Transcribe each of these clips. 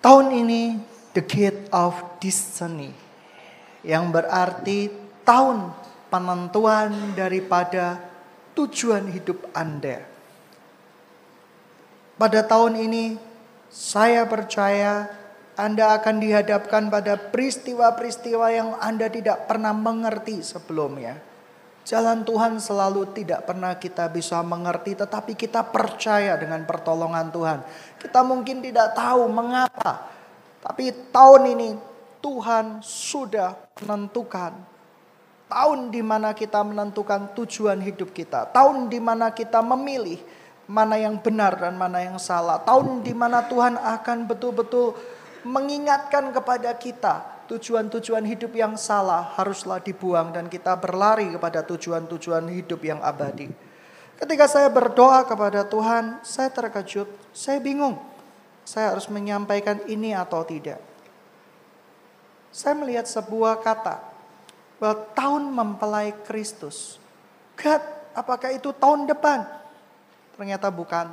Tahun ini the gate of destiny, yang berarti tahun penentuan daripada tujuan hidup Anda. Pada tahun ini saya percaya Anda akan dihadapkan pada peristiwa-peristiwa yang Anda tidak pernah mengerti sebelumnya. Jalan Tuhan selalu tidak pernah kita bisa mengerti, tetapi kita percaya dengan pertolongan Tuhan. Kita mungkin tidak tahu mengapa, tapi tahun ini Tuhan sudah menentukan. Tahun di mana kita menentukan tujuan hidup kita. Tahun di mana kita memilih mana yang benar dan mana yang salah. Tahun di mana Tuhan akan betul-betul mengingatkan kepada kita tujuan-tujuan hidup yang salah haruslah dibuang dan kita berlari kepada tujuan-tujuan hidup yang abadi. Ketika saya berdoa kepada Tuhan, saya terkejut, saya bingung. Saya harus menyampaikan ini atau tidak. Saya melihat sebuah kata, bahwa tahun mempelai Kristus. God, apakah itu tahun depan? Ternyata bukan.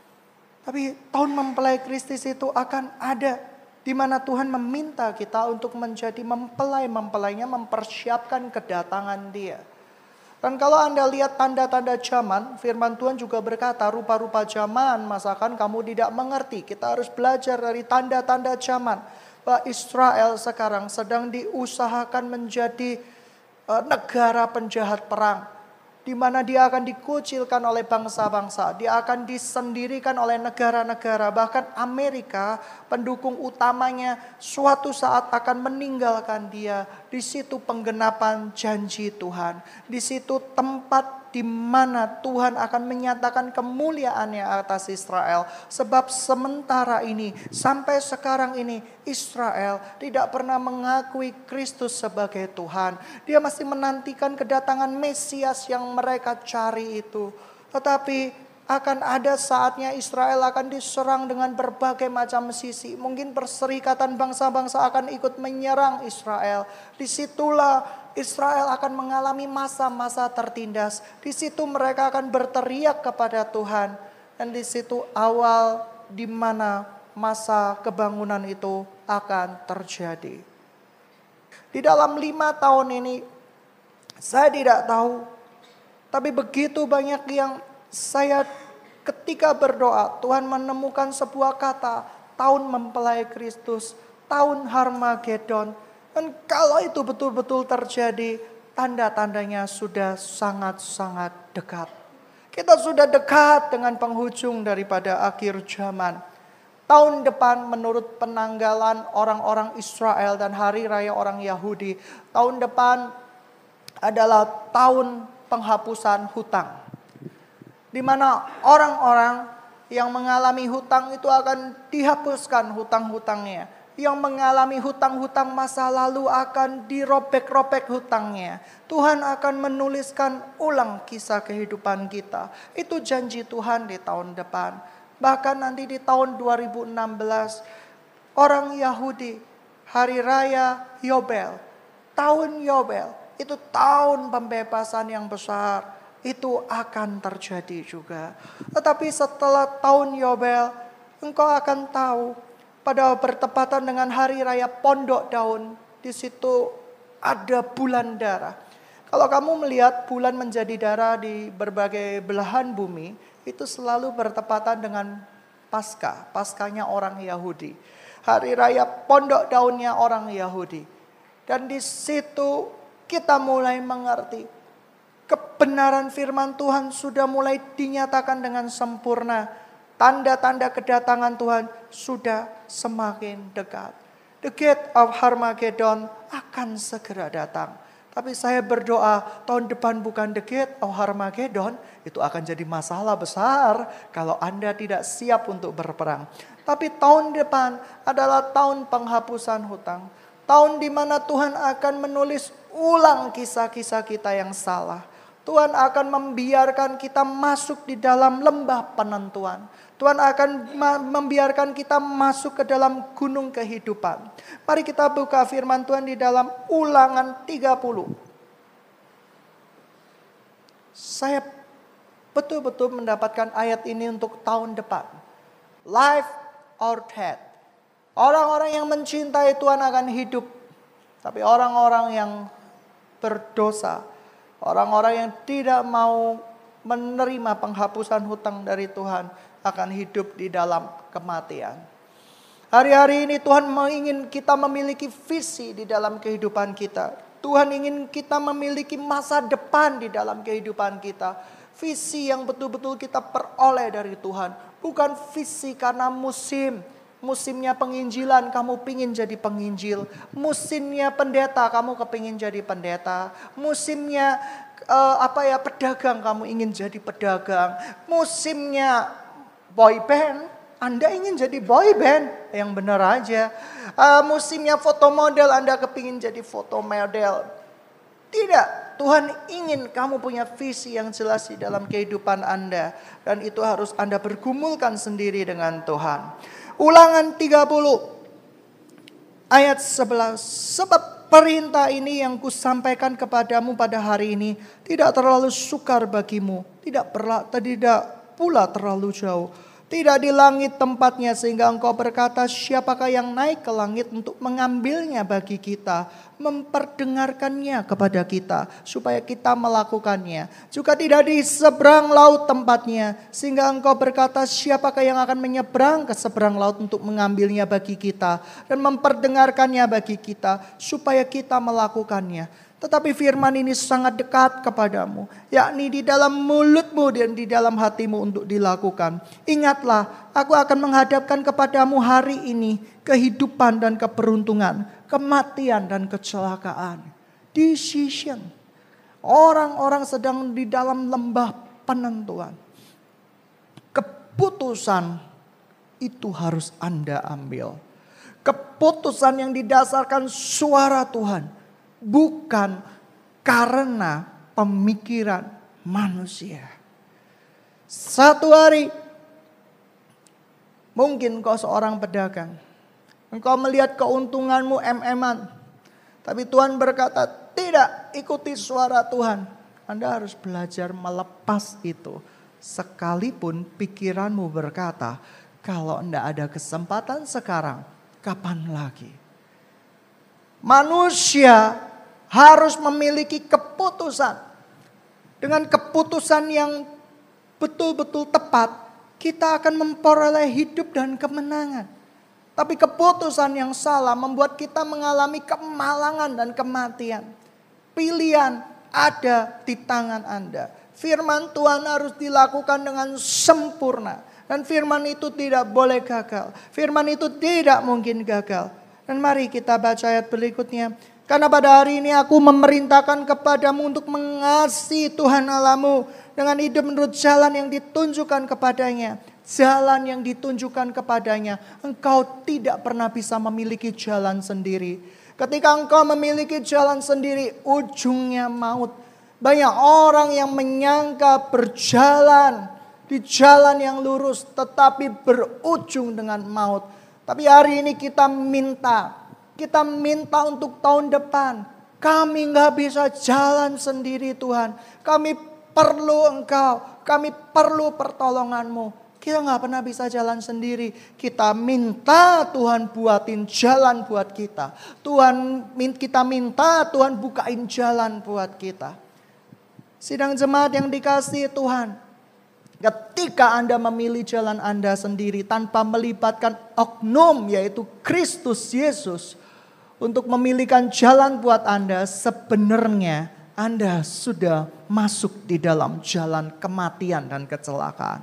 Tapi tahun mempelai Kristus itu akan ada. Di mana Tuhan meminta kita untuk menjadi mempelai-mempelainya, mempersiapkan kedatangan Dia. Dan kalau Anda lihat tanda-tanda zaman, firman Tuhan juga berkata, rupa-rupa zaman masakan kamu tidak mengerti. Kita harus belajar dari tanda-tanda zaman. Bahwa Israel sekarang sedang diusahakan menjadi negara penjahat perang. Di mana dia akan dikucilkan oleh bangsa-bangsa. Dia akan disendirikan oleh negara-negara. Bahkan Amerika, pendukung utamanya, suatu saat akan meninggalkan dia. Di situ penggenapan janji Tuhan. Di situ tempat di mana Tuhan akan menyatakan kemuliaannya atas Israel. Sebab sementara ini, sampai sekarang ini, Israel tidak pernah mengakui Kristus sebagai Tuhan. Dia masih menantikan kedatangan Mesias yang mereka cari itu. Tetapi akan ada saatnya Israel akan diserang dengan berbagai macam sisi. Mungkin perserikatan bangsa-bangsa akan ikut menyerang Israel. Disitulah Israel akan mengalami masa-masa tertindas. Di situ mereka akan berteriak kepada Tuhan. Dan di situ awal di mana masa kebangunan itu akan terjadi. Di dalam 5 tahun ini, saya tidak tahu. Tapi begitu banyak yang saya ketika berdoa, Tuhan menemukan sebuah kata, tahun mempelai Kristus, tahun Harmagedon. Dan kalau itu betul-betul terjadi, tanda-tandanya sudah sangat-sangat dekat. Kita sudah dekat dengan penghujung daripada akhir zaman. Tahun depan menurut penanggalan orang-orang Israel dan hari raya orang Yahudi, tahun depan adalah tahun penghapusan hutang. Di mana orang-orang yang mengalami hutang itu akan dihapuskan hutang-hutangnya. Yang mengalami hutang-hutang masa lalu akan dirobek-robek hutangnya. Tuhan akan menuliskan ulang kisah kehidupan kita. Itu janji Tuhan di tahun depan. Bahkan nanti di tahun 2016, orang Yahudi, hari raya Yobel, tahun Yobel, itu tahun pembebasan yang besar. Itu akan terjadi juga. Tetapi setelah tahun Yobel, engkau akan tahu, pada bertepatan dengan hari raya Pondok Daun, di situ ada bulan darah. Kalau kamu melihat bulan menjadi darah di berbagai belahan bumi, itu selalu bertepatan dengan Paskah, Paskahnya orang Yahudi. Hari raya Pondok Daunnya orang Yahudi. Dan di situ kita mulai mengerti kebenaran firman Tuhan sudah mulai dinyatakan dengan sempurna. Tanda-tanda kedatangan Tuhan sudah semakin dekat. The gate of Harmagedon akan segera datang. Tapi saya berdoa tahun depan bukan the gate of Harmagedon. Itu akan jadi masalah besar kalau Anda tidak siap untuk berperang. Tapi tahun depan adalah tahun penghapusan hutang. Tahun di mana Tuhan akan menulis ulang kisah-kisah kita yang salah. Tuhan akan membiarkan kita masuk di dalam lembah penentuan. Tuhan akan membiarkan kita masuk ke dalam gunung kehidupan. Mari kita buka firman Tuhan di dalam Ulangan 30. Saya betul-betul mendapatkan ayat ini untuk tahun depan. Life or death. Orang-orang yang mencintai Tuhan akan hidup. Tapi orang-orang yang berdosa, orang-orang yang tidak mau menerima penghapusan hutang dari Tuhan akan hidup di dalam kematian. Hari-hari ini Tuhan ingin kita memiliki visi di dalam kehidupan kita. Tuhan ingin kita memiliki masa depan di dalam kehidupan kita. Visi yang betul-betul kita peroleh dari Tuhan. Bukan visi karena musimnya penginjilan, kamu pingin jadi penginjil. Musimnya pendeta, kamu kepingin jadi pendeta. Musimnya pedagang, kamu ingin jadi pedagang. Musimnya boy band, Anda ingin jadi boy band. Yang benar aja. Musimnya foto model, Anda kepingin jadi foto model. Tidak, Tuhan ingin kamu punya visi yang jelas di dalam kehidupan Anda. Dan itu harus Anda bergumulkan sendiri dengan Tuhan. Ulangan 30 ayat 11. Sebab perintah ini yang kusampaikan kepadamu pada hari ini tidak terlalu sukar bagimu, tidak pula terlalu jauh. Tidak di langit tempatnya sehingga engkau berkata, siapakah yang naik ke langit untuk mengambilnya bagi kita, memperdengarkannya kepada kita, supaya kita melakukannya. Juga tidak di seberang laut tempatnya, sehingga engkau berkata, siapakah yang akan menyeberang ke seberang laut untuk mengambilnya bagi kita, dan memperdengarkannya bagi kita, supaya kita melakukannya. Tetapi firman ini sangat dekat kepadamu, yakni di dalam mulutmu dan di dalam hatimu untuk dilakukan. Ingatlah, aku akan menghadapkan kepadamu hari ini kehidupan dan keberuntungan, kematian dan kecelakaan. Decision. Orang-orang sedang di dalam lembah penentuan. Keputusan itu harus Anda ambil. Keputusan yang didasarkan suara Tuhan. Bukan karena pemikiran manusia. Satu hari, mungkin kau seorang pedagang. Engkau melihat keuntunganmu em-eman. Tapi Tuhan berkata, tidak, ikuti suara Tuhan. Anda harus belajar melepas itu. Sekalipun pikiranmu berkata, kalau tidak ada kesempatan sekarang, kapan lagi? Manusia harus memiliki keputusan. Dengan keputusan yang betul-betul tepat, kita akan memperoleh hidup dan kemenangan. Tapi keputusan yang salah membuat kita mengalami kemalangan dan kematian. Pilihan ada di tangan Anda. Firman Tuhan harus dilakukan dengan sempurna. Dan firman itu tidak boleh gagal. Firman itu tidak mungkin gagal. Dan mari kita baca ayat berikutnya. Karena pada hari ini aku memerintahkan kepadamu untuk mengasihi Tuhan Allahmu dengan hidup menurut jalan yang ditunjukkan kepadanya. Jalan yang ditunjukkan kepadanya. Engkau tidak pernah bisa memiliki jalan sendiri. Ketika engkau memiliki jalan sendiri, ujungnya maut. Banyak orang yang menyangka berjalan di jalan yang lurus, tetapi berujung dengan maut. Tapi hari ini kita minta untuk tahun depan. Kami gak bisa jalan sendiri Tuhan. Kami perlu Engkau. Kami perlu pertolonganmu. Kita gak pernah bisa jalan sendiri. Kita minta Tuhan buatin jalan buat kita. Kita minta Tuhan bukain jalan buat kita. Sidang jemaat yang dikasihi Tuhan. Ketika Anda memilih jalan Anda sendiri tanpa melibatkan oknum yaitu Kristus Yesus. Untuk memilihkan jalan buat Anda, sebenarnya Anda sudah masuk di dalam jalan kematian dan kecelakaan.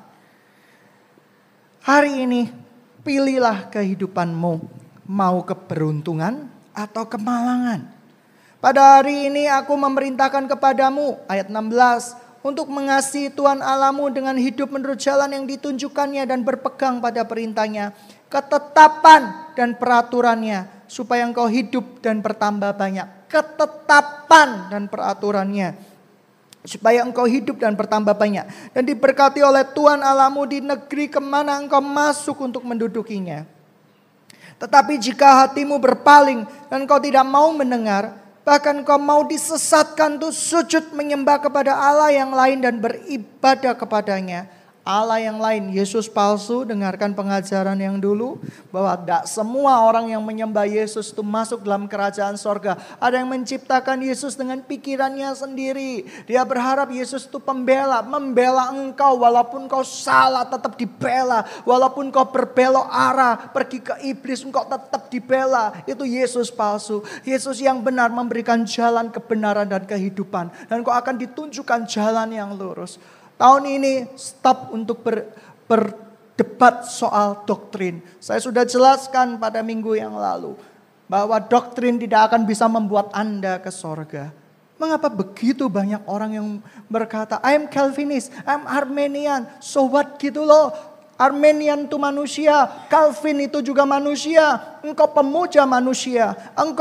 Hari ini pilihlah kehidupanmu, mau keberuntungan atau kemalangan. Pada hari ini aku memerintahkan kepadamu, ayat 16, untuk mengasihi Tuhan Allahmu dengan hidup menurut jalan yang ditunjukkannya dan berpegang pada perintahnya, ketetapan dan peraturannya, supaya engkau hidup dan bertambah banyak. Ketetapan dan peraturannya, supaya engkau hidup dan bertambah banyak. Dan diberkati oleh Tuhan Allahmu di negeri kemana engkau masuk untuk mendudukinya. Tetapi jika hatimu berpaling dan engkau tidak mau mendengar, bahkan engkau mau disesatkan untuk sujud menyembah kepada Allah yang lain dan beribadah kepadanya, Allah yang lain, Yesus palsu. Dengarkan pengajaran yang dulu bahwa tidak semua orang yang menyembah Yesus itu masuk dalam kerajaan sorga. Ada yang menciptakan Yesus dengan pikirannya sendiri. Dia berharap Yesus itu membela engkau walaupun kau salah tetap dibela. Walaupun kau berbelok arah pergi ke iblis, engkau tetap dibela. Itu Yesus palsu. Yesus yang benar memberikan jalan kebenaran dan kehidupan. Dan kau akan ditunjukkan jalan yang lurus. Tahun ini stop untuk berdebat soal doktrin. Saya sudah jelaskan pada minggu yang lalu bahwa doktrin tidak akan bisa membuat Anda ke sorga. Mengapa begitu banyak orang yang berkata, I am Calvinist, I am Armenian, so what gitu loh. Armenian itu manusia, Calvin itu juga manusia. Engkau pemuja manusia,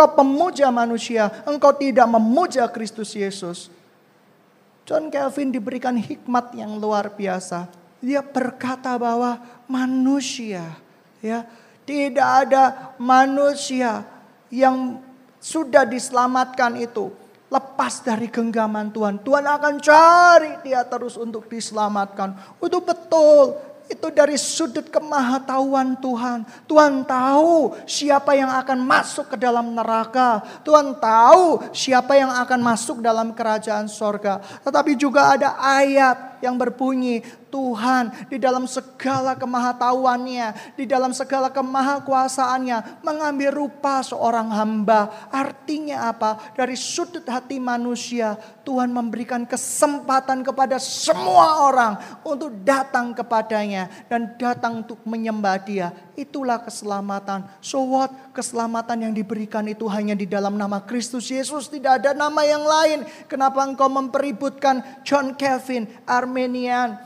engkau tidak memuja Kristus Yesus. John Calvin diberikan hikmat yang luar biasa. Dia berkata bahwa manusia, ya, tidak ada manusia yang sudah diselamatkan itu lepas dari genggaman Tuhan. Tuhan akan cari dia terus untuk diselamatkan. Itu betul. Itu dari sudut kemahatauan Tuhan. Tuhan tahu siapa yang akan masuk ke dalam neraka. Tuhan tahu siapa yang akan masuk dalam kerajaan sorga. Tetapi juga ada ayat yang berbunyi, Tuhan di dalam segala kemahatauannya, di dalam segala kemahakuasaannya mengambil rupa seorang hamba. Artinya apa? Dari sudut hati manusia, Tuhan memberikan kesempatan kepada semua orang untuk datang kepadanya dan datang untuk menyembah Dia. Itulah keselamatan. So what? Keselamatan yang diberikan itu hanya di dalam nama Kristus Yesus. Tidak ada nama yang lain. Kenapa engkau mempeributkan John Calvin, Armenian?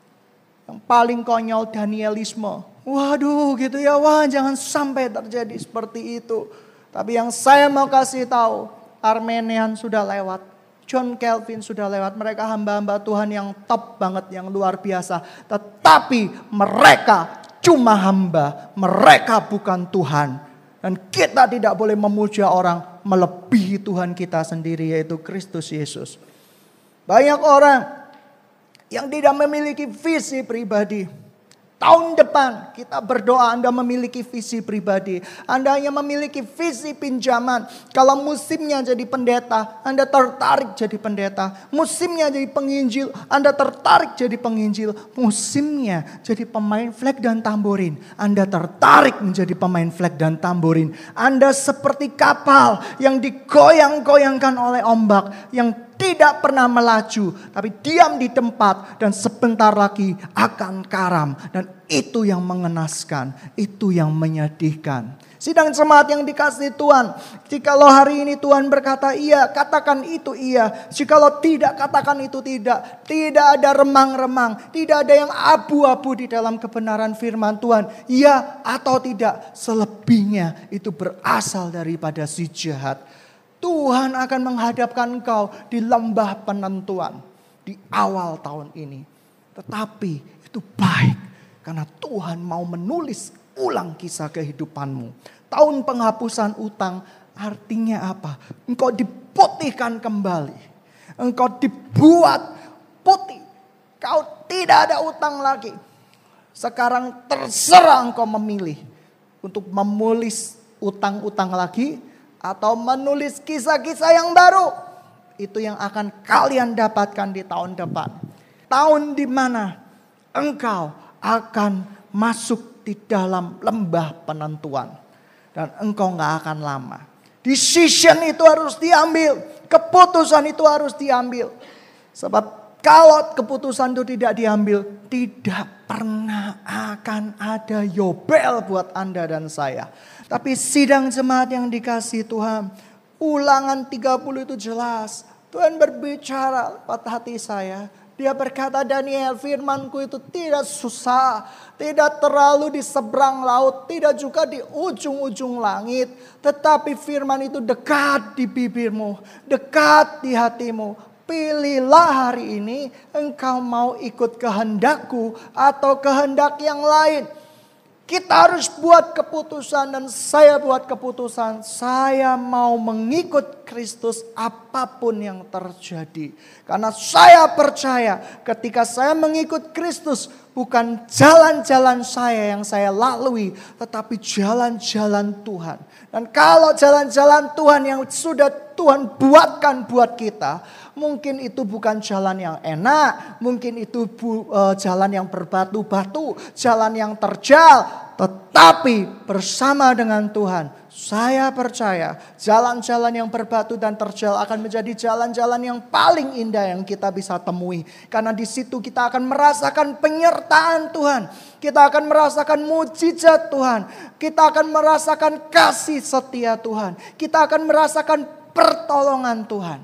Yang paling konyol Danielisme. Waduh gitu ya. Wah, jangan sampai terjadi seperti itu. Tapi yang saya mau kasih tahu, Armenian sudah lewat. John Calvin sudah lewat. Mereka hamba-hamba Tuhan yang top banget, yang luar biasa. Tetapi mereka cuma hamba. Mereka bukan Tuhan. Dan kita tidak boleh memuja orang melebihi Tuhan kita sendiri, yaitu Kristus Yesus. Banyak orang yang tidak memiliki visi pribadi. Tahun depan kita berdoa Anda memiliki visi pribadi. Anda hanya memiliki visi pinjaman. Kalau musimnya jadi pendeta, Anda tertarik jadi pendeta. Musimnya jadi penginjil, Anda tertarik jadi penginjil. Musimnya jadi pemain flek dan tamborin, Anda tertarik menjadi pemain flek dan tamborin. Anda seperti kapal yang digoyang-goyangkan oleh ombak, yang tidak pernah melaju, tapi diam di tempat dan sebentar lagi akan karam. Dan itu yang mengenaskan, itu yang menyedihkan. Sidang jemaat yang dikasihi Tuhan, jikalau hari ini Tuhan berkata iya, katakan itu iya. Jikalau tidak, katakan itu tidak. Tidak ada remang-remang, tidak ada yang abu-abu di dalam kebenaran firman Tuhan. Iya atau tidak, selebihnya itu berasal daripada si jahat. Tuhan akan menghadapkan engkau di lembah penentuan di awal tahun ini. Tetapi itu baik karena Tuhan mau menulis ulang kisah kehidupanmu. Tahun penghapusan utang artinya apa? Engkau diputihkan kembali. Engkau dibuat putih. Kau tidak ada utang lagi. Sekarang terserah engkau memilih untuk menulis utang-utang lagi atau menulis kisah-kisah yang baru. Itu yang akan kalian dapatkan di tahun depan. Tahun di mana engkau akan masuk di dalam lembah penentuan. Dan engkau gak akan lama. Decision itu harus diambil. Keputusan itu harus diambil. Sebab kalau keputusan itu tidak diambil, tidak pernah akan ada Yobel buat Anda dan saya. Tapi sidang jemaat yang dikasihi Tuhan, Ulangan 30 itu jelas. Tuhan berbicara pada hati saya. Dia berkata, Daniel, firmanku itu tidak susah. Tidak terlalu di seberang laut. Tidak juga di ujung-ujung langit. Tetapi firman itu dekat di bibirmu. Dekat di hatimu. Pilihlah hari ini engkau mau ikut kehendakku atau kehendak yang lain. Kita harus buat keputusan dan saya buat keputusan. Saya mau mengikut Kristus apapun yang terjadi. Karena saya percaya ketika saya mengikut Kristus, bukan jalan-jalan saya yang saya lalui, tetapi jalan-jalan Tuhan. Dan kalau jalan-jalan Tuhan yang sudah Tuhan buatkan buat kita, mungkin itu bukan jalan yang enak, mungkin itu jalan yang berbatu-batu, jalan yang terjal, tetapi bersama dengan Tuhan, saya percaya jalan-jalan yang berbatu dan terjal akan menjadi jalan-jalan yang paling indah yang kita bisa temui. Karena di situ kita akan merasakan penyertaan Tuhan. Kita akan merasakan mujizat Tuhan. Kita akan merasakan kasih setia Tuhan. Kita akan merasakan pertolongan Tuhan.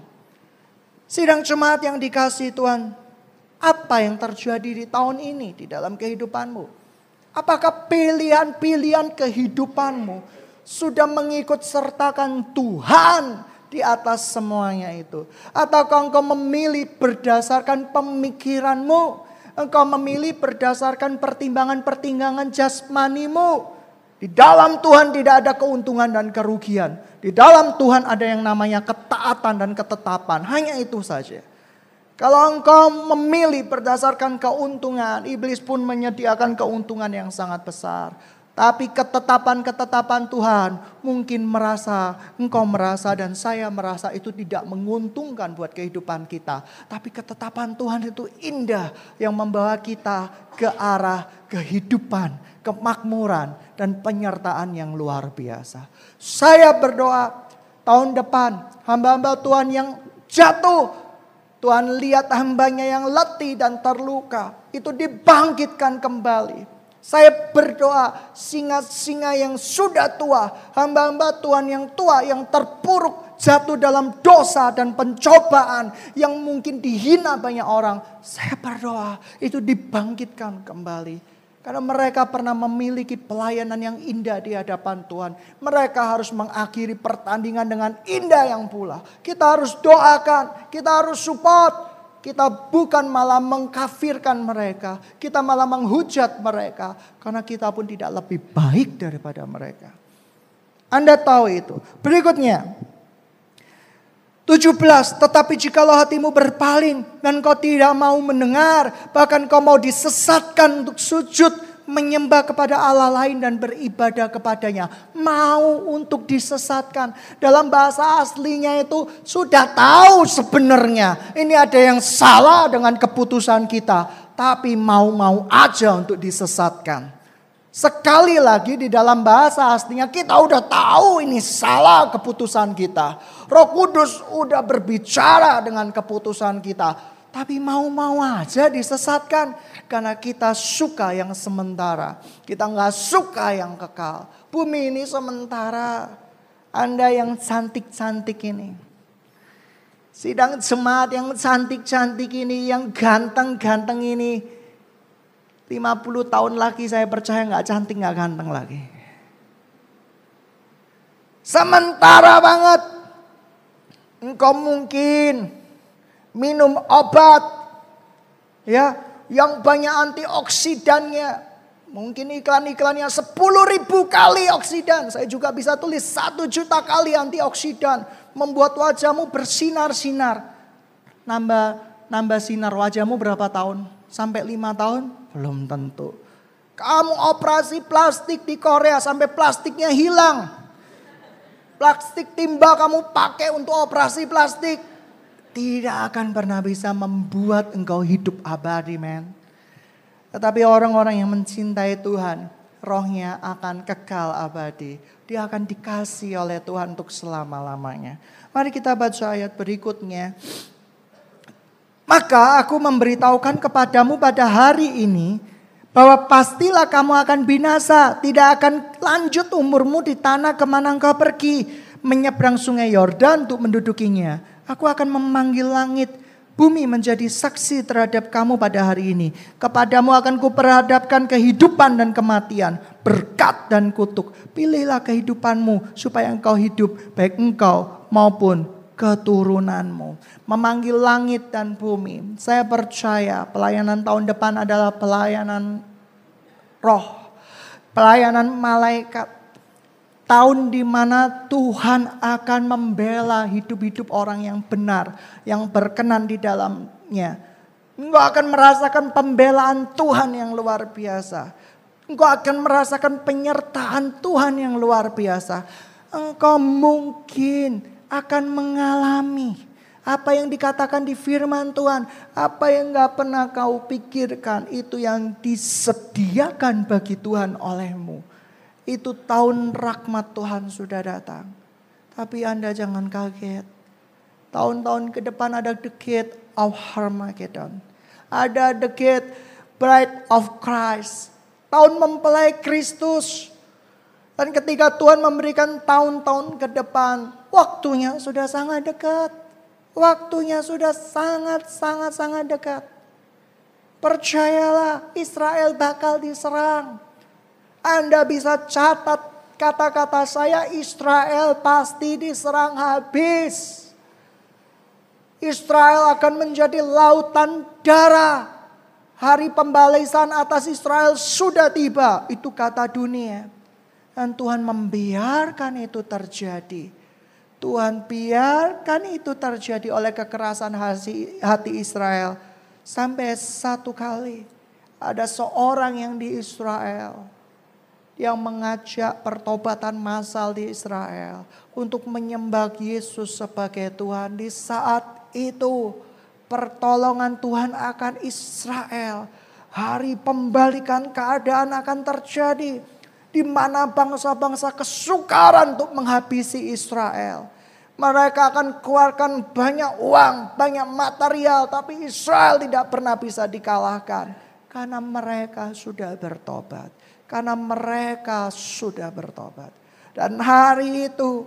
Sidang jemaat yang dikasihi Tuhan, apa yang terjadi di tahun ini di dalam kehidupanmu? Apakah pilihan-pilihan kehidupanmu sudah mengikut sertakan Tuhan di atas semuanya itu? Ataukah engkau memilih berdasarkan pemikiranmu? Engkau memilih berdasarkan pertimbangan-pertimbangan jasmanimu? Di dalam Tuhan tidak ada keuntungan dan kerugian. Di dalam Tuhan ada yang namanya ketaatan dan ketetapan. Hanya itu saja. Kalau engkau memilih berdasarkan keuntungan, iblis pun menyediakan keuntungan yang sangat besar. Tapi ketetapan-ketetapan Tuhan mungkin engkau merasa dan saya merasa itu tidak menguntungkan buat kehidupan kita. Tapi ketetapan Tuhan itu indah yang membawa kita ke arah kehidupan, kemakmuran dan penyertaan yang luar biasa. Saya berdoa tahun depan hamba-hamba Tuhan yang jatuh, Tuhan lihat hambanya yang letih dan terluka, itu dibangkitkan kembali. Saya berdoa singa-singa yang sudah tua, hamba-hamba Tuhan yang tua, yang terpuruk, jatuh dalam dosa dan pencobaan, yang mungkin dihina banyak orang. Saya berdoa itu dibangkitkan kembali. Karena mereka pernah memiliki pelayanan yang indah di hadapan Tuhan. Mereka harus mengakhiri pertandingan dengan indah yang pula. Kita harus doakan, kita harus support. Kita bukan malah mengkafirkan mereka. Kita malah menghujat mereka. Karena kita pun tidak lebih baik daripada mereka. Anda tahu itu. Berikutnya. 17. Tetapi jikalau hatimu berpaling dan kau tidak mau mendengar. Bahkan kau mau disesatkan untuk sujud. Menyembah kepada Allah lain dan beribadah kepadanya. Mau untuk disesatkan. Dalam bahasa aslinya itu sudah tahu sebenarnya. Ini ada yang salah dengan keputusan kita. Tapi mau-mau aja untuk disesatkan. Sekali lagi di dalam bahasa aslinya kita udah tahu ini salah keputusan kita. Roh Kudus udah berbicara dengan keputusan kita. Tapi mau-mau aja disesatkan. Karena kita suka yang sementara. Kita gak suka yang kekal. Bumi ini sementara. Anda yang cantik-cantik ini. Sidang jemaat yang cantik-cantik ini. Yang ganteng-ganteng ini. 50 tahun lagi saya percaya gak cantik gak ganteng lagi. Sementara banget. Engkau mungkin minum obat ya yang banyak antioksidannya. Mungkin iklan-iklannya 10.000 kali oksidan. Saya juga bisa tulis 1 juta kali antioksidan. Membuat wajahmu bersinar-sinar. Nambah sinar wajahmu berapa tahun? Sampai 5 tahun? Belum tentu. Kamu operasi plastik di Korea sampai plastiknya hilang. Plastik timba kamu pakai untuk operasi plastik. Tidak akan pernah bisa membuat engkau hidup abadi, men. Tetapi orang-orang yang mencintai Tuhan, rohnya akan kekal abadi. Dia akan dikasih oleh Tuhan untuk selama-lamanya. Mari kita baca ayat berikutnya. Maka aku memberitahukan kepadamu pada hari ini, bahwa pastilah kamu akan binasa. Tidak akan lanjut umurmu di tanah kemana engkau pergi. Menyeberang sungai Yordan untuk mendudukinya. Aku akan memanggil langit, bumi menjadi saksi terhadap kamu pada hari ini. Kepadamu akan kuperhadapkan kehidupan dan kematian, berkat dan kutuk. Pilihlah kehidupanmu supaya engkau hidup, baik engkau maupun keturunanmu. Memanggil langit dan bumi. Saya percaya pelayanan tahun depan adalah pelayanan roh, pelayanan malaikat. Tahun di mana Tuhan akan membela hidup-hidup orang yang benar, yang berkenan di dalamnya. Engkau akan merasakan pembelaan Tuhan yang luar biasa. Engkau akan merasakan penyertaan Tuhan yang luar biasa. Engkau mungkin akan mengalami apa yang dikatakan di firman Tuhan. Apa yang gak pernah kau pikirkan, itu yang disediakan bagi Tuhan olehmu. Itu tahun rahmat Tuhan sudah datang. Tapi Anda jangan kaget. Tahun-tahun ke depan ada the gate of Armageddon. Ada the gate bride of Christ. Tahun mempelai Kristus. Dan ketika Tuhan memberikan tahun-tahun ke depan, waktunya sudah sangat dekat. Waktunya sudah sangat dekat. Percayalah, Israel bakal diserang. Anda bisa catat kata-kata saya, Israel pasti diserang habis. Israel akan menjadi lautan darah. Hari pembalasan atas Israel sudah tiba. Itu kata dunia. Dan Tuhan membiarkan itu terjadi. Tuhan biarkan itu terjadi oleh kekerasan hati Israel. Sampai satu kali ada seorang yang di Israel yang mengajak pertobatan massal di Israel untuk menyembah Yesus sebagai Tuhan. Di saat itu pertolongan Tuhan akan Israel. Hari pembalikan keadaan akan terjadi. Di mana bangsa-bangsa kesukaran untuk menghabisi Israel. Mereka akan keluarkan banyak uang, banyak material. Tapi Israel tidak pernah bisa dikalahkan. Karena mereka sudah bertobat. Karena mereka sudah bertobat. Dan hari itu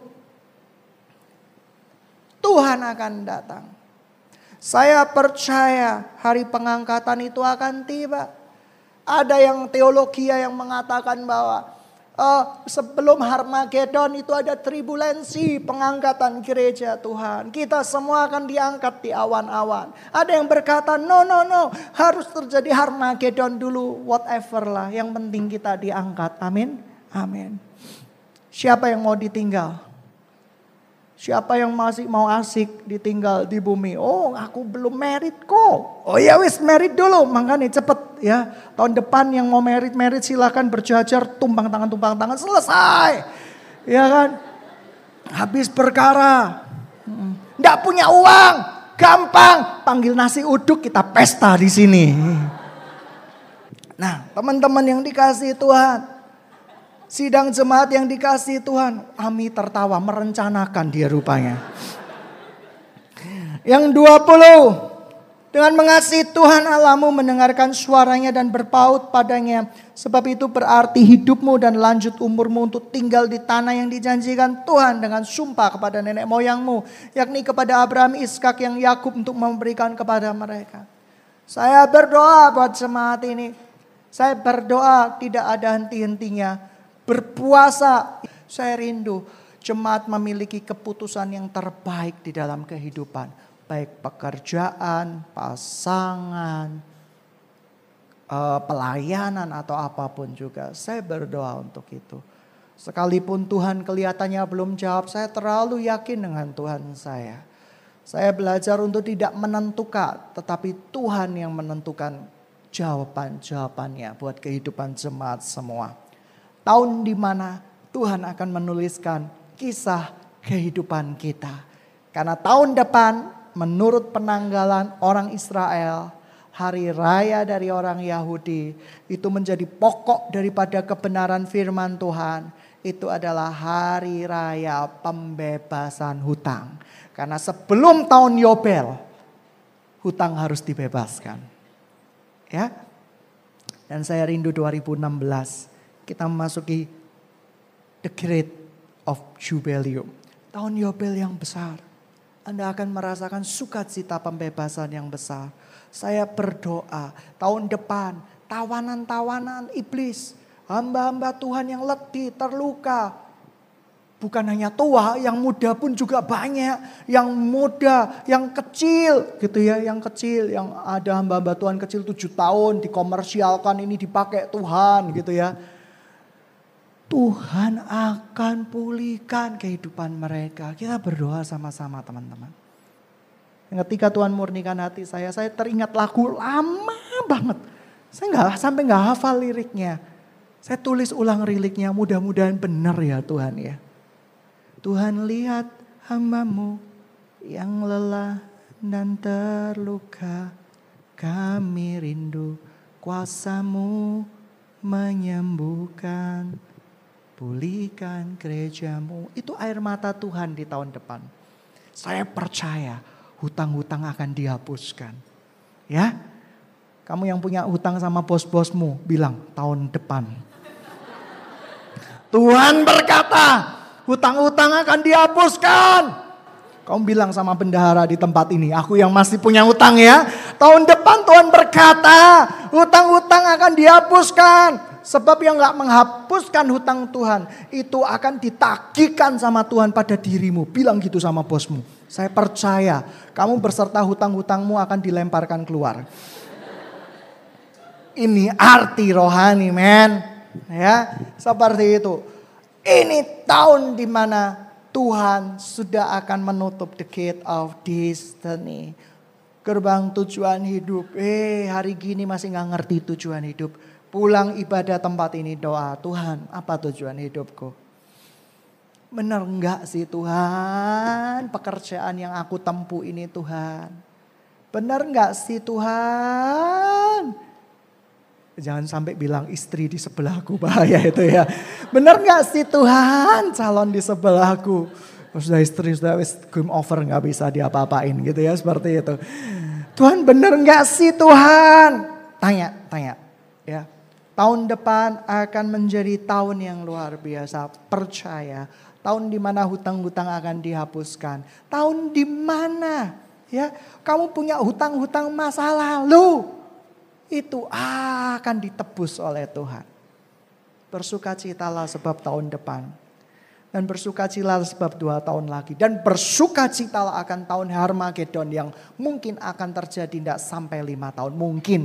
Tuhan akan datang. Saya percaya hari pengangkatan itu akan tiba. Ada yang teologi yang mengatakan bahwa sebelum Harmagedon itu ada tribulensi pengangkatan gereja Tuhan. Kita semua akan diangkat di awan-awan. Ada yang berkata no. Harus terjadi Harmagedon dulu. Whatever lah. Yang penting kita diangkat. Amin. Amin. Siapa yang mau ditinggal? Siapa yang masih mau asik ditinggal di bumi? Oh, aku belum married kok. Oh ya wis married dulu. Makanya cepet ya. Tahun depan yang mau married silakan berjajar tumpang tangan selesai. Ya kan? Habis perkara. Nggak punya uang, gampang. Panggil nasi uduk, kita pesta di sini. Nah, teman-teman yang dikasihi Tuhan. Sidang jemaat yang dikasihi Tuhan. Ami tertawa, merencanakan dia rupanya. Yang 20. Dengan mengasihi Tuhan Allahmu, mendengarkan suaranya dan berpaut padanya. Sebab itu berarti hidupmu dan lanjut umurmu untuk tinggal di tanah yang dijanjikan Tuhan dengan sumpah kepada nenek moyangmu. Yakni kepada Abraham, Ishak, yang Yakub untuk memberikan kepada mereka. Saya berdoa buat jemaat ini. Saya berdoa tidak ada henti-hentinya. Berpuasa, saya rindu jemaat memiliki keputusan yang terbaik di dalam kehidupan. Baik pekerjaan, pasangan, pelayanan atau apapun juga. Saya berdoa untuk itu. Sekalipun Tuhan kelihatannya belum jawab, saya terlalu yakin dengan Tuhan saya. Saya belajar untuk tidak menentukan, tetapi Tuhan yang menentukan jawaban-jawabannya buat kehidupan jemaat semua. Tahun di mana Tuhan akan menuliskan kisah kehidupan kita. Karena tahun depan menurut penanggalan orang Israel, hari raya dari orang Yahudi itu menjadi pokok daripada kebenaran firman Tuhan. Itu adalah hari raya pembebasan hutang. Karena sebelum tahun Yobel, hutang harus dibebaskan. Ya. Dan saya rindu 2016. Kita memasuki the great of jubileum. Tahun Yobel yang besar. Anda akan merasakan sukacita pembebasan yang besar. Saya berdoa tahun depan tawanan-tawanan iblis. Hamba-hamba Tuhan yang letih, terluka. Bukan hanya tua, yang muda pun juga banyak. Yang muda, yang kecil gitu ya. Yang kecil, yang ada hamba-hamba Tuhan kecil 7 tahun dikomersialkan, ini dipakai Tuhan gitu ya. Tuhan akan pulihkan kehidupan mereka. Kita berdoa sama-sama teman-teman. Ketika Tuhan murnikan hati saya teringat lagu lama banget. Saya sampai nggak hafal liriknya. Saya tulis ulang liriknya, mudah-mudahan benar ya Tuhan ya. Tuhan lihat hamba-Mu yang lelah dan terluka. Kami rindu kuasa-Mu menyembuhkan. Pulihkan gereja-Mu. Itu air mata Tuhan di tahun depan. Saya percaya hutang-hutang akan dihapuskan. Ya, kamu yang punya hutang sama bos-bosmu bilang tahun depan. Tuhan berkata hutang-hutang akan dihapuskan. Kamu bilang sama bendahara di tempat ini, aku yang masih punya hutang ya. Tahun depan Tuhan berkata hutang-hutang akan dihapuskan. Sebab yang gak menghapuskan hutang Tuhan itu akan ditagihkan sama Tuhan pada dirimu. Bilang gitu sama bosmu. Saya percaya kamu berserta hutang-hutangmu akan dilemparkan keluar. Ini arti rohani men. Ya, seperti itu. Ini tahun dimana Tuhan sudah akan menutup the gate of destiny. Gerbang tujuan hidup. Hari gini masih gak ngerti tujuan hidup. Pulang ibadah tempat ini doa, Tuhan apa tujuan hidupku? Benar enggak sih Tuhan pekerjaan yang aku tempuh ini Tuhan? Benar enggak sih Tuhan? Jangan sampai bilang istri di sebelahku, bahaya itu ya. Benar enggak sih Tuhan calon di sebelahku? Sudah istri, sudah game over gak bisa diapa-apain gitu ya seperti itu. Tuhan benar enggak sih Tuhan? Tanya ya. Tahun depan akan menjadi tahun yang luar biasa. Percaya. Tahun di mana hutang-hutang akan dihapuskan. Tahun di mana ya kamu punya hutang-hutang masa lalu. Itu akan ditebus oleh Tuhan. Bersukacitalah sebab tahun depan. Dan bersukacitalah sebab 2 tahun lagi. Dan bersukacitalah akan tahun Harmagedon yang mungkin akan terjadi tidak sampai 5 tahun. Mungkin.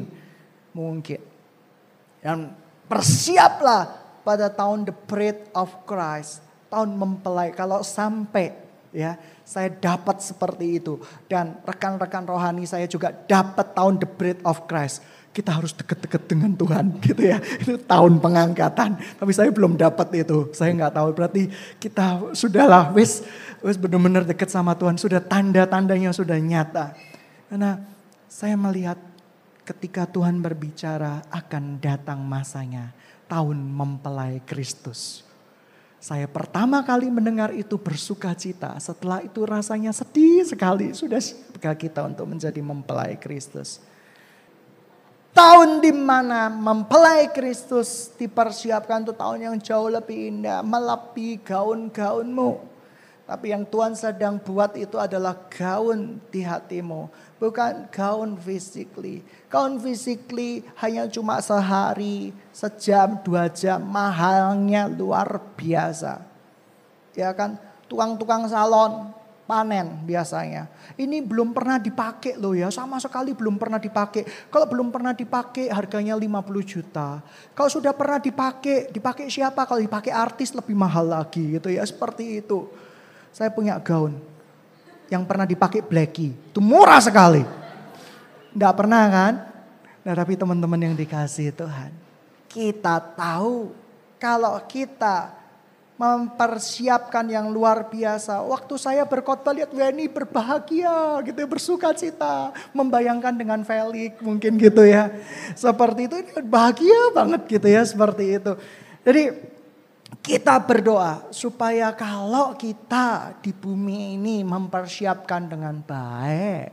Dan bersiaplah pada tahun the birth of Christ. Tahun mempelai. Kalau sampai ya saya dapat seperti itu. Dan rekan-rekan rohani saya juga dapat tahun the birth of Christ. Kita harus deket-deket dengan Tuhan gitu ya. Itu tahun pengangkatan. Tapi saya belum dapat itu. Saya nggak tahu. Berarti kita sudahlah wis benar-benar dekat sama Tuhan. Sudah tanda-tandanya sudah nyata. Karena saya melihat ketika Tuhan berbicara akan datang masanya. Tahun mempelai Kristus. Saya pertama kali mendengar itu bersukacita. Setelah itu rasanya sedih sekali. Sudah siapkah kita untuk menjadi mempelai Kristus? Tahun di mana mempelai Kristus dipersiapkan untuk tahun yang jauh lebih indah. Melebihi gaun-gaunmu. Tapi yang Tuhan sedang buat itu adalah gaun di hatimu. Bukan gaun physically. Gaun physically hanya cuma sehari, sejam, 2 jam. Mahalnya luar biasa. Ya kan, tukang-tukang salon panen biasanya. Ini belum pernah dipakai loh ya, sama sekali belum pernah dipakai. Kalau belum pernah dipakai harganya 50 juta. Kalau sudah pernah dipakai siapa? Kalau dipakai artis lebih mahal lagi gitu ya, seperti itu. Saya punya gaun yang pernah dipakai Blackie, itu murah sekali. Enggak pernah kan? Nah, tapi teman-teman yang dikasih Tuhan, kita tahu kalau kita mempersiapkan yang luar biasa. Waktu saya berkhotbah lihat Weni berbahagia gitu ya, bersuka cita. Membayangkan dengan Felix mungkin gitu ya. Seperti itu, bahagia banget gitu ya seperti itu. Jadi kita berdoa supaya kalau kita di bumi ini mempersiapkan dengan baik.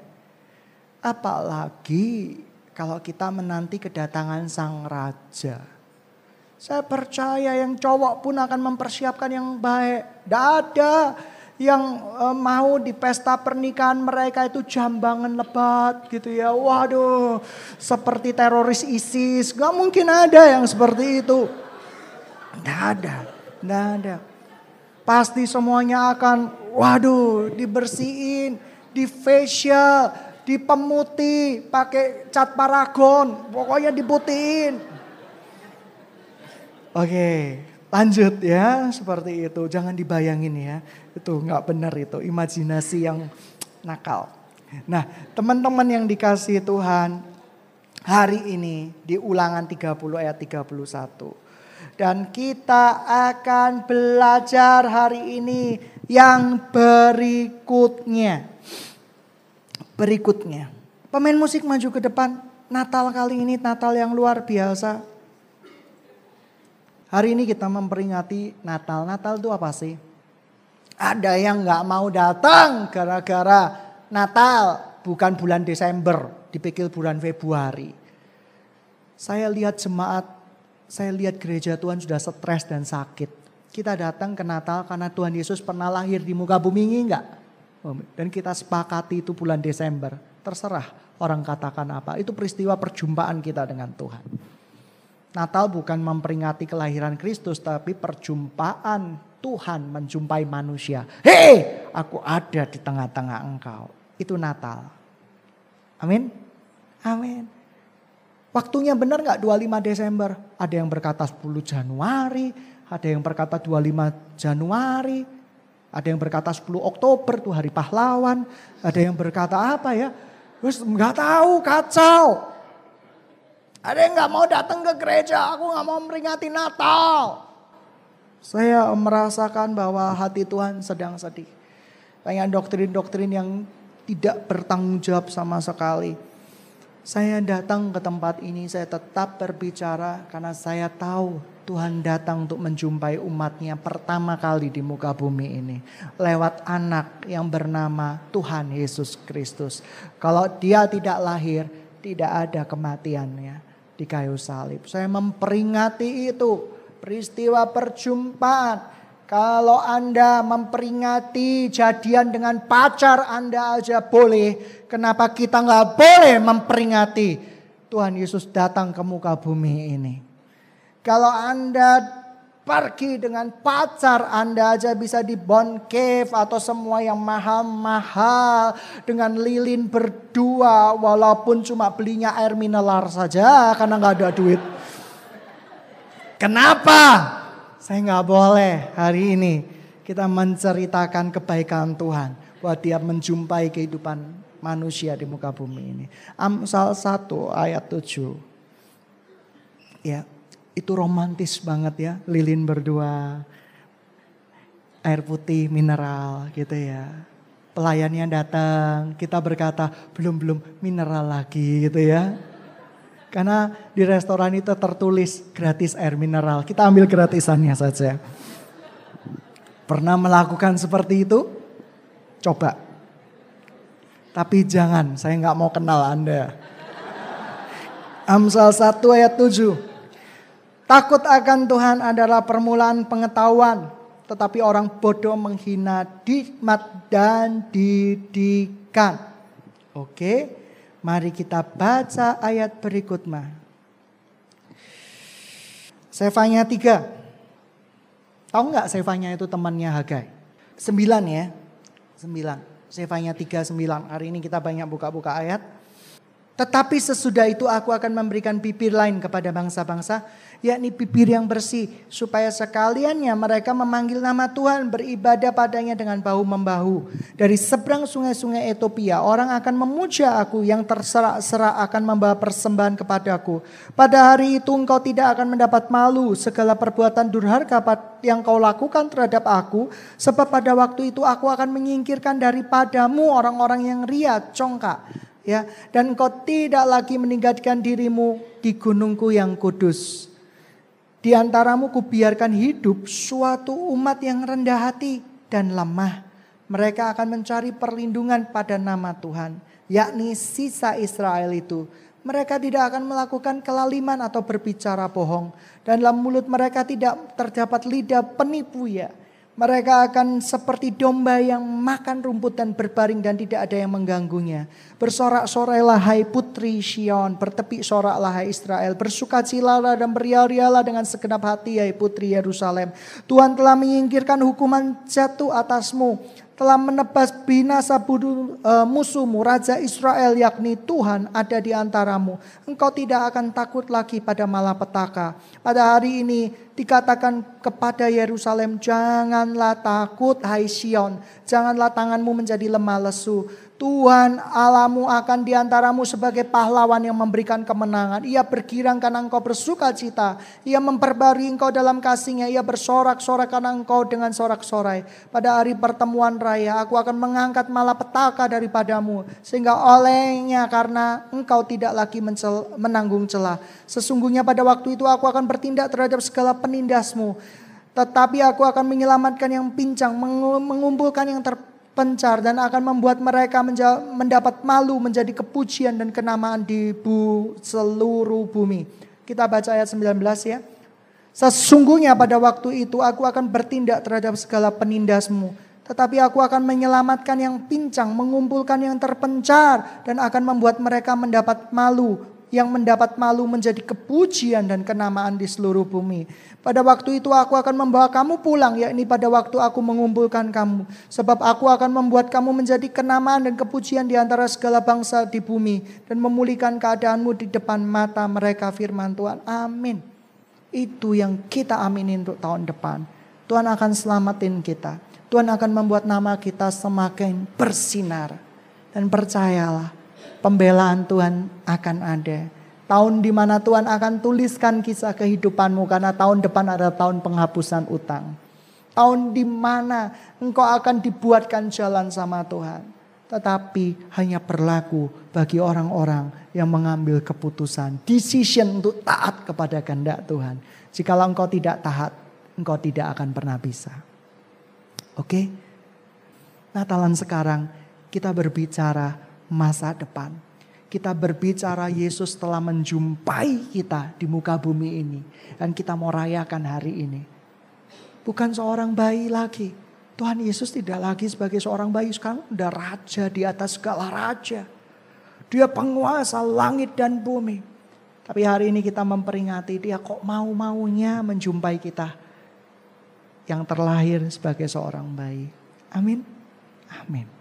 Apalagi kalau kita menanti kedatangan Sang Raja. Saya percaya yang cowok pun akan mempersiapkan yang baik. Tidak ada yang mau di pesta pernikahan mereka itu jambangan lebat gitu ya. Waduh, seperti teroris ISIS. Gak mungkin ada yang seperti itu. Tidak ada. Pasti semuanya akan dibersihin, di facial, dipemutih, pakai cat paragon. Pokoknya diputihin. Oke, lanjut ya seperti itu. Jangan dibayangin ya, itu nggak benar itu, imajinasi yang nakal. Nah, teman-teman yang dikasihi Tuhan, hari ini di Ulangan 30 ayat 31. Dan kita akan belajar hari ini yang berikutnya. Pemain musik maju ke depan. Natal kali ini Natal yang luar biasa. Hari ini kita memperingati Natal. Natal itu apa sih? Ada yang gak mau datang gara-gara Natal bukan bulan Desember, dipikir bulan Februari. Saya lihat jemaat, saya lihat gereja Tuhan sudah stres dan sakit. Kita datang ke Natal karena Tuhan Yesus pernah lahir di muka bumi ini enggak? Dan kita sepakati itu bulan Desember. Terserah orang katakan apa. Itu peristiwa perjumpaan kita dengan Tuhan. Natal bukan memperingati kelahiran Kristus, tapi perjumpaan Tuhan menjumpai manusia. Hei, aku ada di tengah-tengah engkau. Itu Natal. Amin. Amin. Waktunya benar gak 25 Desember? Ada yang berkata 10 Januari, ada yang berkata 25 Januari, ada yang berkata 10 Oktober tuh hari pahlawan, ada yang berkata apa ya? Terus gak tahu, kacau. Ada yang gak mau datang ke gereja, aku gak mau memperingati Natal. Saya merasakan bahwa hati Tuhan sedang sedih. Banyak doktrin-doktrin yang tidak bertanggung jawab sama sekali. Saya datang ke tempat ini, saya tetap berbicara karena saya tahu Tuhan datang untuk menjumpai umatnya pertama kali di muka bumi ini. Lewat anak yang bernama Tuhan Yesus Kristus. Kalau dia tidak lahir, tidak ada kematiannya di kayu salib. Saya memperingati itu, peristiwa perjumpaan. Kalau Anda memperingati jadian dengan pacar Anda aja boleh. Kenapa kita gak boleh memperingati Tuhan Yesus datang ke muka bumi ini? Kalau Anda pergi dengan pacar Anda aja bisa di Bond Cave atau semua yang mahal-mahal. Dengan lilin berdua walaupun cuma belinya air mineral saja karena gak ada duit. Kenapa? Saya gak boleh hari ini kita menceritakan kebaikan Tuhan. Bahwa dia menjumpai kehidupan manusia di muka bumi ini. Amsal 1 ayat 7. Ya. Itu romantis banget ya, lilin berdua, air putih mineral gitu ya. Pelayannya datang, kita berkata belum mineral lagi gitu ya. Karena di restoran itu tertulis gratis air mineral, kita ambil gratisannya saja. Pernah melakukan seperti itu? Coba. Tapi jangan, saya gak mau kenal Anda. Amsal 1 ayat 7. Takut akan Tuhan adalah permulaan pengetahuan. Tetapi orang bodoh menghina hikmat dan didikan. Oke, mari kita baca ayat berikutnya. Sefanya 3. Tahu gak Sefanya itu temannya Hagai? 9 ya. 9. Sefanya 3:9. Hari ini kita banyak buka-buka ayat. Tetapi sesudah itu aku akan memberikan bibir lain kepada bangsa-bangsa, yakni bibir yang bersih, supaya sekaliannya mereka memanggil nama Tuhan, beribadah padanya dengan bahu-membahu. Dari seberang sungai-sungai Ethiopia, orang akan memuja aku, yang terserak-serak akan membawa persembahan kepadaku. Pada hari itu engkau tidak akan mendapat malu segala perbuatan durhaka yang kau lakukan terhadap aku, sebab pada waktu itu aku akan menyingkirkan daripadamu orang-orang yang ria, congkak. Ya, dan engkau tidak lagi meninggalkan dirimu di gunungku yang kudus. Di antaramu kubiarkan hidup suatu umat yang rendah hati dan lemah. Mereka akan mencari perlindungan pada nama Tuhan, yakni sisa Israel itu. Mereka tidak akan melakukan kelaliman atau berbicara bohong. Dan dalam mulut mereka tidak terdapat lidah penipu ya. Mereka akan seperti domba yang makan rumput dan berbaring dan tidak ada yang mengganggunya. Bersorak-sorailah hai putri Sion, bertepik soraklah hai Israel. Bersukacilalah dan berial-rialah dengan segenap hati hai putri Yerusalem. Tuhan telah menyingkirkan hukuman jatuh atasmu. Telah menebas binasa musuhmu, Raja Israel yakni Tuhan ada di antaramu. Engkau tidak akan takut lagi pada malapetaka. Pada hari ini Dikatakan kepada Yerusalem, janganlah takut hai Sion. Janganlah tanganmu menjadi lemah lesu. Tuhan Allahmu akan diantaramu sebagai pahlawan yang memberikan kemenangan. Ia bergirang karena engkau bersuka cita. Ia memperbarui engkau dalam kasihnya. Ia bersorak-sorak karena engkau dengan sorak-sorai. Pada hari pertemuan raya aku akan mengangkat malapetaka daripadamu. Sehingga olehnya karena engkau tidak lagi menanggung celah. Sesungguhnya pada waktu itu aku akan bertindak terhadap segala penindasmu. Tetapi aku akan menyelamatkan yang pincang, mengumpulkan yang terpencar, dan akan membuat mereka mendapat malu menjadi kepujian dan kenamaan di seluruh bumi. Kita baca ayat 19 ya. Sesungguhnya pada waktu itu aku akan bertindak terhadap segala penindasmu. Tetapi aku akan menyelamatkan yang pincang, mengumpulkan yang terpencar, dan akan membuat mereka mendapat malu. Yang mendapat malu menjadi kepujian dan kenamaan di seluruh bumi. Pada waktu itu aku akan membawa kamu pulang, yakni pada waktu aku mengumpulkan kamu. Sebab aku akan membuat kamu menjadi kenamaan dan kepujian di antara segala bangsa di bumi. Dan memulihkan keadaanmu di depan mata mereka, firman Tuhan. Amin. Itu yang kita aminin untuk tahun depan. Tuhan akan selamatin kita. Tuhan akan membuat nama kita semakin bersinar. Dan percayalah, pembelaan Tuhan akan ada. Tahun di mana Tuhan akan tuliskan kisah kehidupanmu, karena tahun depan adalah tahun penghapusan utang. Tahun di mana engkau akan dibuatkan jalan sama Tuhan. Tetapi hanya berlaku bagi orang-orang yang mengambil keputusan, decision untuk taat kepada kehendak Tuhan. Jikalau engkau tidak taat, engkau tidak akan pernah bisa. Oke? Natalan sekarang kita berbicara masa depan. Kita berbicara Yesus telah menjumpai kita di muka bumi ini. Dan kita mau rayakan hari ini. Bukan seorang bayi lagi. Tuhan Yesus tidak lagi sebagai seorang bayi. Sekarang udah raja di atas segala raja. Dia penguasa langit dan bumi. Tapi hari ini kita memperingati dia kok mau-maunya menjumpai kita. Yang terlahir sebagai seorang bayi. Amin. Amin.